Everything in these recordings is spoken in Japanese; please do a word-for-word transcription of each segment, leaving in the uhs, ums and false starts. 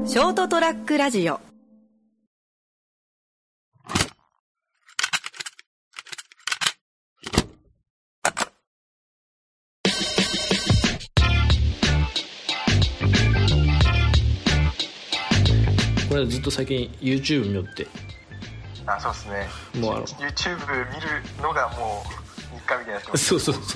ショートトラックラジオ。 これはずっと最近 YouTube 見よって。 あ、そうですね。 もうあの YouTube 見るのがもう日課みたいになってます。 そうそうそう。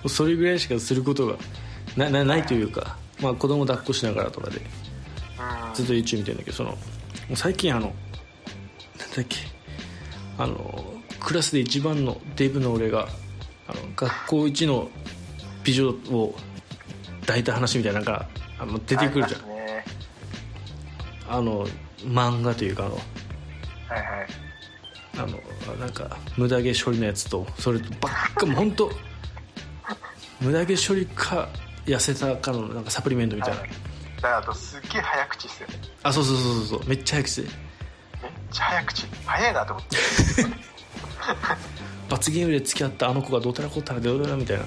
それぐらいしかすることが な, な, ないというか、まあ子供抱っこしながらとかでずっと YouTube 見てるんだけど、そのもう最近あのなんだっけあのクラスで一番のデブの俺があの学校一の美女を抱いた話みたいなのがあの出てくるじゃん。あの漫画というかあの、 はいはい、 あのなんか無駄毛処理のやつとそれとばっかもう本当無駄毛処理か痩せたかのなんかサプリメントみたいな、はい、 だからあとすっげえ早口っすよね。 あ、そうそうそうそう、めっちゃ早口でめっちゃ早口早いなと思って罰ゲームで付き合ったあの子がどうたらこうたらどうたらみたいな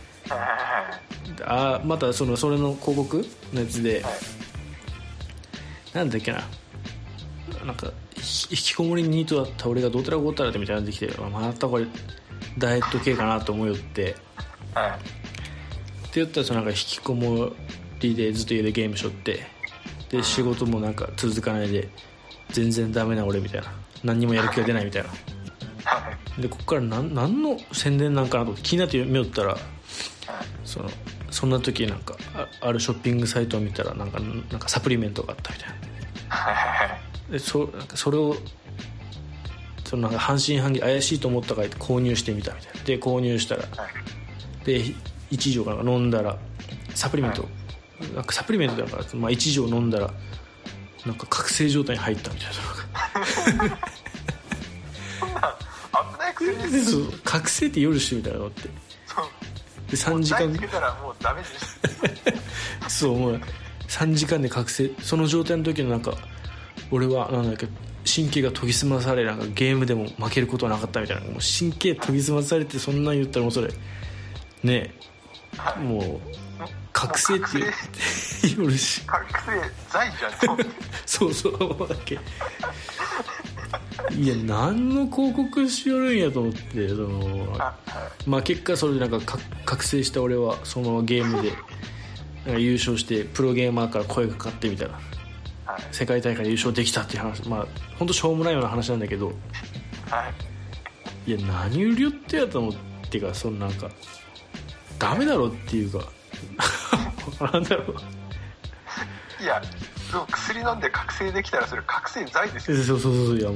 あ、またそのそれの広告のやつで、はい、なんだっけな、なんか引きこもりニートだった俺がどうたらこうたらってみたいなのできて、またこれダイエット系かなと思いよって、はい、って言ったらそのなんか引きこもりでずっと家でゲームしょって、で仕事もなんか続かないで全然ダメな俺みたいな、何にもやる気が出ないみたいなで、ここから何、何の宣伝なんかなと気になって見よったら、そのそんな時なんか あ, あるショッピングサイトを見たらなんか、なんかサプリメントがあったみたいなで そ, なんかそれをそのなんか半信半疑怪しいと思ったから購入してみたみたいなで購入したら、でいち錠かなんか飲んだらサプリメント、なんかサプリメントだから、まあ、いち錠飲んだらなんか覚醒状態に入ったみたいなそんな危ない薬です。 そう覚醒って夜してみたいなのってでさんじかんもうつけたらもうダメですそうもうさんじかんで覚醒、その状態の時のなんか俺はなんだっけ神経が研ぎ澄まされ、なんかゲームでも負けることはなかったみたいな、もう神経研ぎ澄まされてそんなん言ったらもうそれねえ、はい、もう覚醒って言うし覚醒剤じゃんそうそうだっけいや何の広告しよるんやと思って、そのあ、まあ結果それでなんか覚醒した俺はそのままゲームでなんか優勝してプロゲーマーから声がかかってみたいな、はい、世界大会で優勝できたっていう話、まあ本当しょうもないような話なんだけど、はい、いや何売りよってやと思ってか、そのなんかダメだろっていうかなんだろういや薬飲んで覚醒できたらそれ覚醒剤ですよ。 そうそうそう、いやもう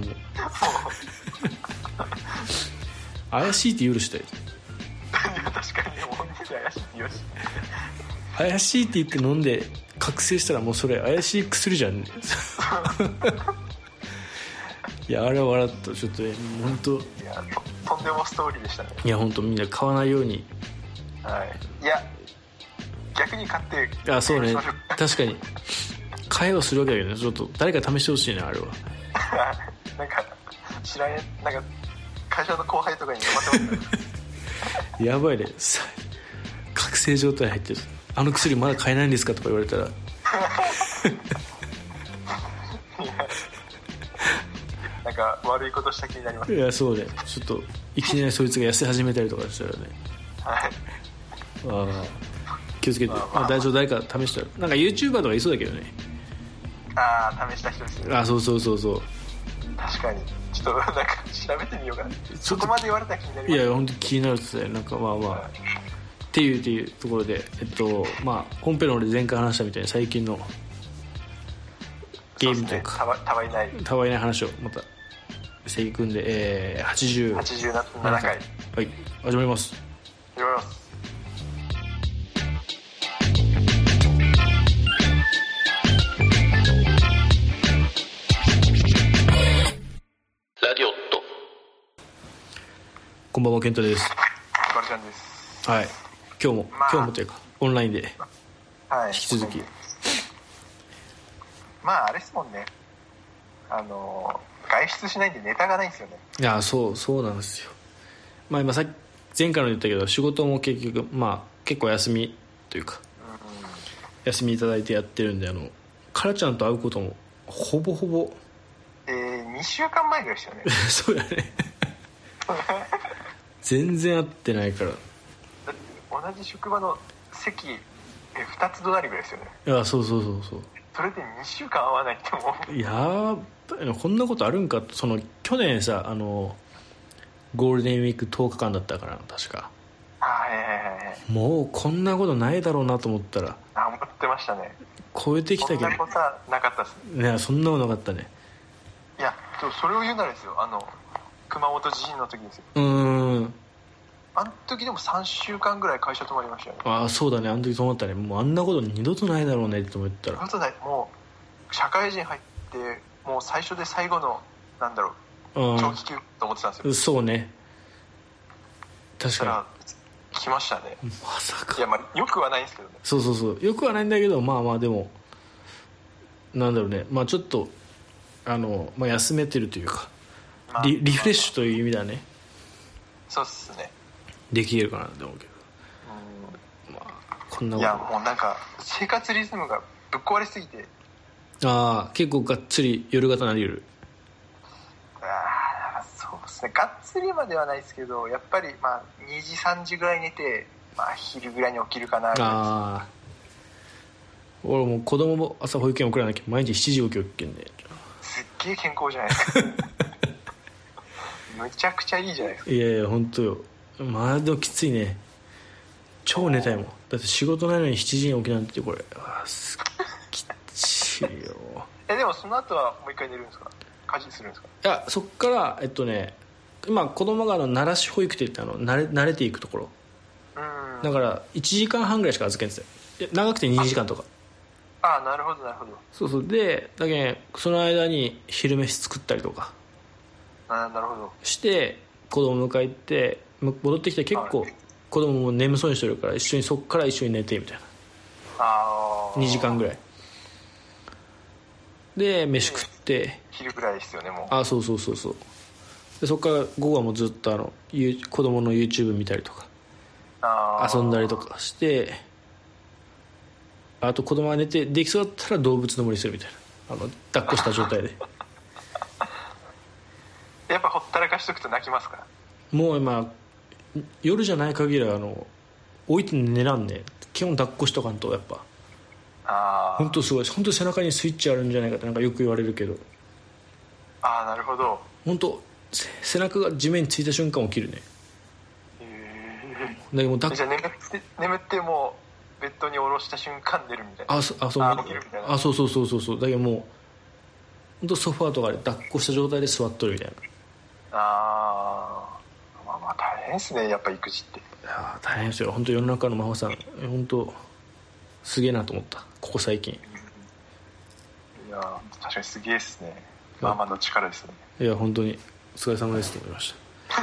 怪しいって許したよ確かにもう怪しいってよし怪しいって言って飲んで覚醒したらもうそれ怪しい薬じゃんねいやあれは笑った。ちょっと本当いや と, とんでもストーリーでしたね。 いや本当みんな買わないように、 はい、いや逆に買ってあそうね確かに買えはするわけだけどね、ちょっと誰か試してほしいねあれはなんか知らんなんか会社の後輩とかに読ませますねやばいね、覚醒状態入ってる、あの薬まだ買えないんですかとか言われたらなんか悪いことした気になります、ね、 いやそうね、ちょっといきなりそいつが痩せ始めたりとかしたらねはいあ気をつけて、まあまあまあ、大丈夫、誰か試したらなんか YouTuber とかいそうだけどね。 ああ試した人ですね。 あそうそうそうそう、 確かにちょっとなんか調べてみようかな、そこまで言われたら気になります。 いや本当に気になるっすね、なんかまあまあ、はい、っていうっていうところでえっとまあ本編の俺前回話したみたいに最近のゲームというか、 ね、たわいないたわいない話をまたしていくんで、えー、はちじゅうななかいはい始まります始まりますこんばんは、ケントです。 マルちゃんです。 はい、今日も、まあ、今日もというかオンラインで引き続き、はい、 まああれですもんね、あの外出しないんでネタがないんですよね。 いやそうそうなんですよ。まあ今さっき前回の言ったけど仕事も結局まあ結構休みというか、うん、休みいただいてやってるんで、あのカラちゃんと会うこともほぼほぼえー、にしゅうかんまえぐらいですよねそうやね全然会ってないから。だって同じ職場の席えふたつ隣ぐらいですよね。 いやそうそうそうそう。 それでにしゅうかん会わないってもういやーこんなことあるんか。その去年さあのゴールデンウィークとおかかんだったから確か。 はいはいはいはい。 もうこんなことないだろうなと思ったらあ思ってましたね。 超えてきたけどそんなことはなかったっすね。 いやそんなことなかったね。 いやでもそれを言うならですよ、あの熊本地震の時ですよ。 うーんあの時でもさんしゅうかんぐらい会社泊まりましたよね。 ああそうだね。あの時そう思ったね。もうあんなこと二度とないだろうねって思ったら本当だ。もう社会人入ってもう最初で最後のなんだろう長期休と思ってたんですよ。 そうね確かに来ましたね。 まさか。 いやまあよくはないんですけどね。 そうそうそうよくはないんだけどまあまあでもなんだろうねまあちょっとあの、まあ、休めてるというか、まあ、リ, リフレッシュという意味ではねそうっすねできるかなと思うけどうん、まあ、こんなこといやもうなんか生活リズムがぶっ壊れすぎてああ結構がっつり夜型なり夜ああそうですねがっつりまではないですけどやっぱりまあにじさんじぐらい寝て、まあ、昼ぐらいに起きるかなぐらいです。 ああ俺もう子供も朝保育園送らなきゃ毎日しちじ起きよっけんね。 すっげえ健康じゃないですかむちゃくちゃいいじゃないですか。 いやいや本当よ。まあでもきついね。超寝たいもん。だって仕事ないのにしちじに起きなんてこれあすきついよえでもその後はもう一回寝るんですか、家事するんですか。 いやそっからえっとね今子供があの慣らし保育って言ってあの慣れ慣れていくところうんだからいちじかんはんぐらいしか預けんですよ。長くてにじかんとか。 ああなるほどなるほど。 そうそうでだけんその間に昼飯作ったりとかああなるほどして子供迎えて戻ってきて結構、はい、子供も眠そうにしてるから一緒にそっから一緒に寝てみたいなあにじかんぐらいで飯食って昼ぐらいですよねもう。 あそうそうそうそうでそっから午後はもうずっとあの子供の YouTube 見たりとかあ遊んだりとかしてあと子供が寝てできそうだったら動物の森するみたいなあの抱っこした状態でやっぱほったらかしとくと泣きますか。 もう今夜じゃない限りはあの置いて寝らんね基本抱っこしとかんとやっぱあ本当すごい本当背中にスイッチあるんじゃないかってなんかよく言われるけどああなるほど本当背中が地面についた瞬間起きるね。 へえだけどもじゃあ眠って眠ってもうベッドに下ろした瞬間寝るみたいな。 あそあそうあ起きるみたいな。 あそうそうそうそうそうだけどもう本当ソファーとかで抱っこした状態で座っとるみたいな。 ああまあまあ大変ですねやっぱ育児って。いや大変ですよ本当世の中の真帆さん本当すげえなと思ったここ最近。 いや確かにすげえっすね。ママの力ですね。 いや本当にお疲れ様ですと思いました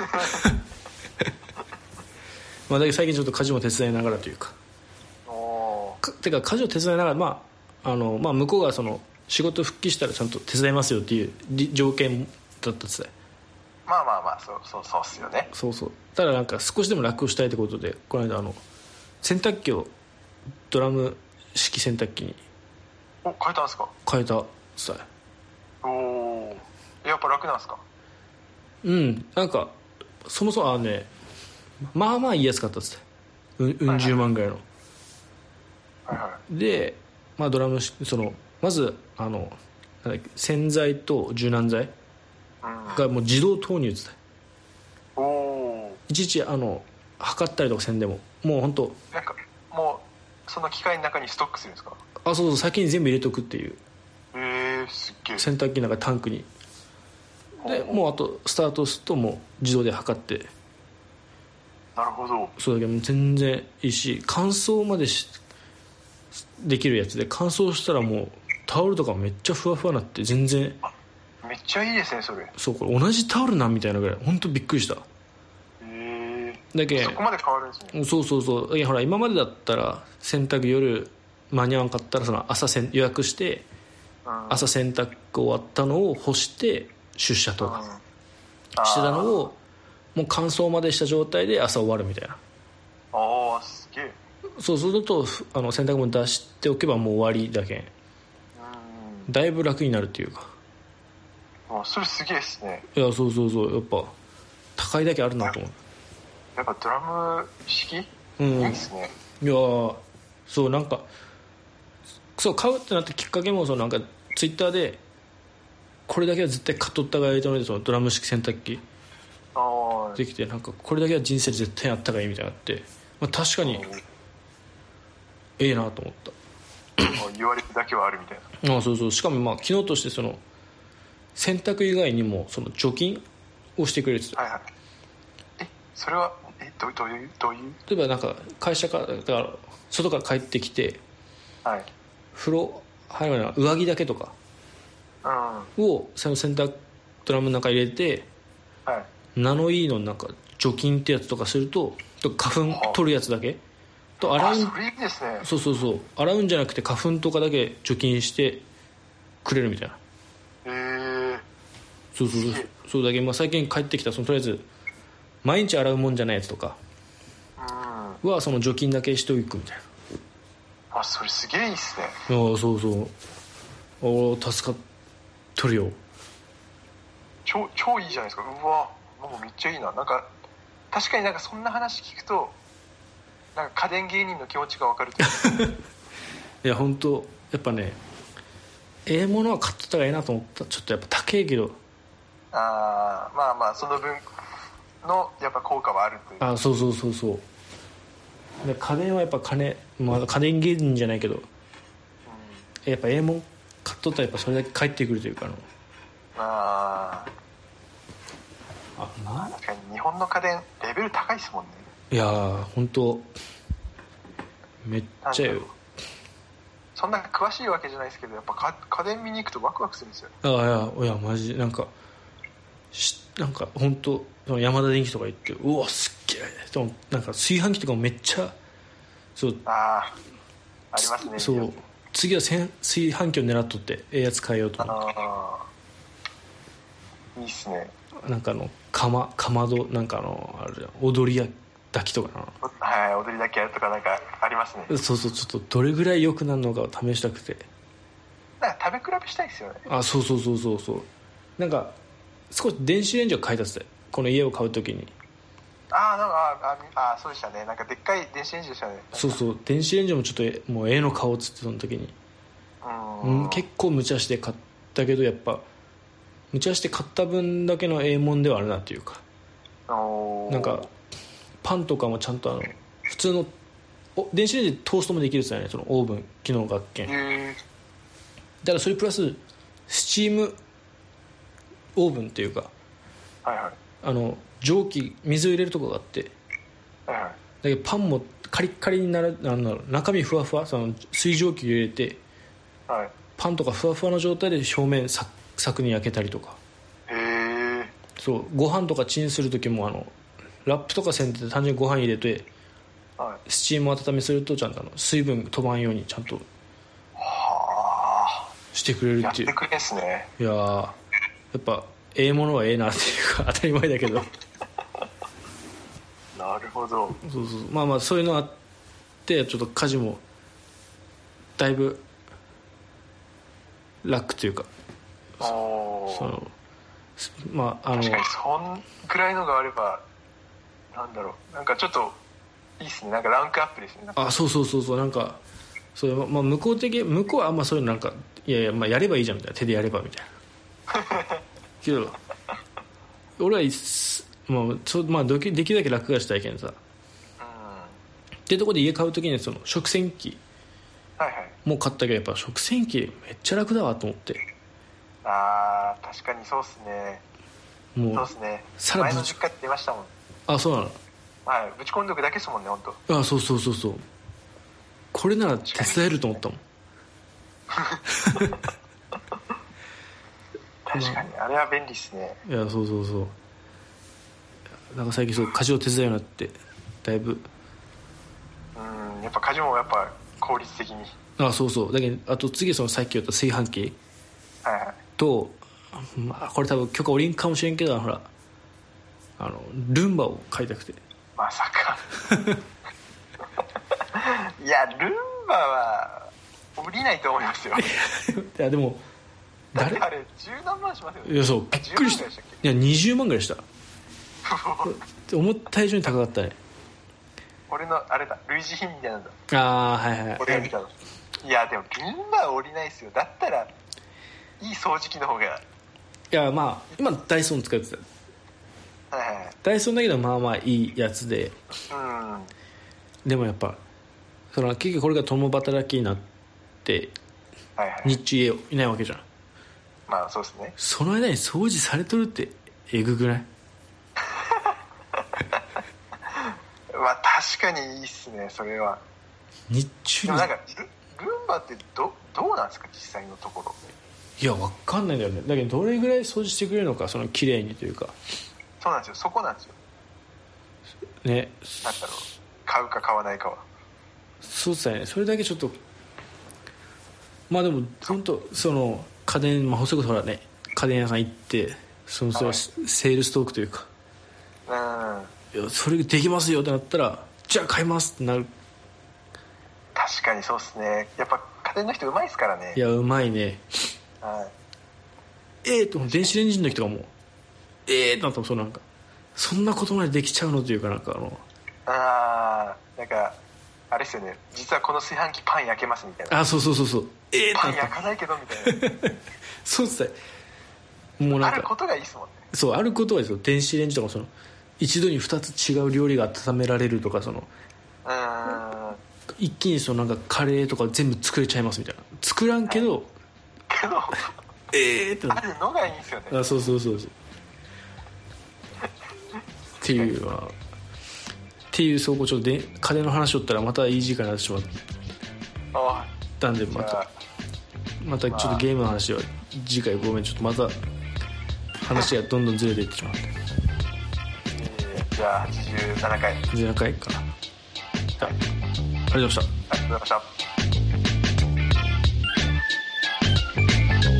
まあだけど最近ちょっと家事も手伝いながらというかおかてか家事を手伝いながら、まああのまあ、向こうがその仕事復帰したらちゃんと手伝いますよっていう条件だったってまあまあまあそうそうそうっすよね。 そうそうただなんか少しでも楽をしたいってことでこの間あの洗濯機をドラム式洗濯機にお変えたんですか。 変えたっつっておおやっぱ楽なんですか。 うんなんかそもそもあのねまあまあいいやつ買ったっつってうんうん十万ぐらいの、 はいはい、 で、まあ、ドラムそのまずあのなんだっけ洗剤と柔軟剤がもう自動投入っつって、 うん、おいちいちあの測ったりとかせんでももう本当なんかもうその機械の中にストックするんですか。 あそうそう先に全部入れとくっていうえー、すっげえ。 洗濯機の中タンクにでもうあとスタートするともう自動で測ってなるほど。 そうだけど全然いいし乾燥までしできるやつで乾燥したらもうタオルとかめっちゃふわふわなって全然めっちゃいいですねそれ。 そうこれ同じタオルなんみたいなぐらい本当びっくりした。 へえだけそこまで変わるんですね。 そうそうそうだけほら今までだったら洗濯夜間に合わんかったらその朝せん予約して、うん、朝洗濯終わったのを干して出社とか、うん、してたのをもう乾燥までした状態で朝終わるみたいな。 ああすげえ。 そうするとあの洗濯物出しておけばもう終わりだけん。 だいぶ楽になるっていうか。 もうそれすげえっすね。 いやそうそうそう、やっぱ高いだけあるなと思う。 やっぱドラム式、 うん、 いいっすね。 いやそうなんかそう買うってなったきっかけもそのなんかツイッターでこれだけは絶対買っとったがいいと思ってそのドラム式洗濯機あできてなんかこれだけは人生で絶対やった方がいいみたいになって、まあ、確かにええなと思った。 言われるだけはあるみたいな。 あそうそう、しかもまあ機能としてその洗濯以外にもその除菌をしてくれるって言ってた。 はいはい。えそれはえ ど, どういうどういう例えばなんか会社からだから外から帰ってきて、 はい、 風呂入る前の上着だけとかをその洗濯ドラムの中入れて、 はい、 ナノイーのなんか除菌ってやつとかすると花粉取るやつだけと洗う。 あそれいいですね。 そうそうそう、洗うんじゃなくて花粉とかだけ除菌してくれるみたいな。 へえ。 そうそうそうそうだけど、まあ、最近帰ってきたそのとりあえず毎日洗うもんじゃないやつとかはその除菌だけしておくみたいな。あそれすげえいいっすね。 ああそうそう、お助かっとるよ。 超超いいじゃないですか。うわもうめっちゃいいな。なんか確かになんかそんな話聞くとなんか家電芸人の気持ちが分かるというかいや本当やっぱねええものは買っとった方がいいなと思った。ちょっとやっぱ高いけど、 ああまあまあその分のやっぱ効果はあるという。 あそうそうそうそうで家電はやっぱ金、まあ、家電芸人じゃないけど、うん、やっぱええもん買っとったらやっぱそれだけ返ってくるというかのあああ確かに日本の家電レベル高いですもんね。 いやー本当めっちゃよ。 そんな詳しいわけじゃないですけどやっぱ家電見に行くとワクワクするんですよ。 ああいやいやマジなんかしなんか本当山田電機とか行ってうわすっげえとなんか炊飯器とかもめっちゃそうああありますね。 そう次は炊飯器を狙っとってええやつ変えようと思って。 ああいいっすね。 なんかあのかまかまどなんかあのあれじゃん踊り焼きとかな。 はい踊りだけやるとかなんかありますね。 そうそうちょっとどれぐらい良くなるのかを試したくてなんか食べ比べしたいですよね。 あそうそうそうそうそうなんか少し電子レンジを買い足してこの家を買うときにああなんかああそうでしたね。なんかでっかい電子レンジでしたね。 そうそう電子レンジもちょっともうええの買おうっつってその時にうん、結構無茶して買ったけどやっぱ無茶して買った分だけのええもんではあるなっていうかなんかパンとかもちゃんとあの普通のお電子レンジでトーストもできるっすよねそのオーブン機能があっけんだからそれプラススチームオーブンっていうか、 はいはい、 あの蒸気水を入れるとこがあって、 はいはい、 だけどパンもカリッカリになるあの中身ふわふわその水蒸気を入れて、はい、パンとかふわふわの状態で表面サクサクに焼けたりとか。 へえ。 そうご飯とかチンする時もあのラップとかせんで単純にご飯入れて、はい、スチーム温めするとちゃんとあの水分飛ばんようにちゃんとしてくれるっていう。 やってくれんすね。 いややっぱええものはええなっていうか当たり前だけどなるほど。 そうそうまあまあそういうのあってちょっと家事もだいぶ楽というかそのまああの確かにそんくらいのがあればなんだろうなんかちょっといいっすね。なんかランクアップですね。 あそうそうそうそうなんかそれ、まあ、向こう的向こうはあんまそういうのなんかいやいや、まあ、やればいいじゃんみたいな手でやればみたいなけど俺は、まあそまあ、できるだけ楽がしたいけんさ、うん、っていうところで家買う時にその食洗機も買ったけどやっぱ食洗機めっちゃ楽だわと思って。 あー確かにそうっすね。もうそうっすね。前の実家って出ましたもん。 あそうなの。 はいぶち込んでおくだけですもんね本当。 あそうそうそうそうこれなら手伝えると思ったもん確かにあれは便利っすね。 いやそうそうそうなんか最近そう家事を手伝うようになってだいぶうんやっぱ家事もやっぱ効率的に。 あそうそうだけどあと次そのさっき言った炊飯器、はいはい、と、まあ、これ多分許可おりんかもしれんけどほらあのルンバを買いたくて。 まさかいやルンバは降りないと思いますよいやでもだってあれ十何万しますよね。 いやそうびっくりした。いやにじゅうまんぐらいした思った以上に高かったね。 俺のあれだ類似品みたいなんだ。 ああはいはい。 俺が見たの。いやでもルンバは降りないですよ。だったらいい掃除機の方が。いやまあ今ダイソン使ってた。 はいはい、 ダイソンだけどまあまあいいやつで、 うん、 でもやっぱその結局これが共働きになって、 はいはい、 日中家いないわけじゃん。 まあそうですね。 その間に掃除されとるってえぐくない？ まあ確かにいいっすねそれは。 日中にでもなんかル, ルンバってどどうなんですか実際のところ。 いや分かんないんだよね。だけどどれぐらい掃除してくれるのか、その綺麗にというか。 そうなんですよ、そこなんですよね。 なんだろう、買うか買わないかは。 そうですね、それだけちょっとまあでも本当その家電、まあ、それこそほらね家電屋さん行ってそのそれはセールストークというか、 はい、うん、 いやそれできますよってなったらじゃあ買いますってなる。 確かにそうですね。やっぱ家電の人うまいですからね。 いやうまいね。 はい、 ええー、と電子レンジの人がもうええー、となったらそうなんかそんなことまでできちゃうのというかなんかあのあーなんかあれですよね、実はこの炊飯器パン焼けますみたいな。 あそうそうそうそうええー、パン焼かないけどみたいなそうっすね。もうなんかあることがいいですもんね。 そうあることはですよ。電子レンジとかその一度にふたつ違う料理が温められるとかそのうん一気にそのなんかカレーとか全部作れちゃいますみたいな。作らんけど、はい、 けどええー、ってあるのがいいんですよね。 あそうそうそうそうっていうはっていうそうこうちょっとで家電の話をったらまたいい時間になってしまったんでまたまたちょっとゲームの話は次回ごめんちょっとまた話がどんどんずれていってしまって、 えー、じゃあはちじゅうななかいはちじゅうななかいかな、はい、ありがとうございました。 ありがとうございました。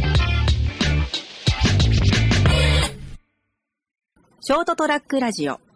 ショートトラックラジオ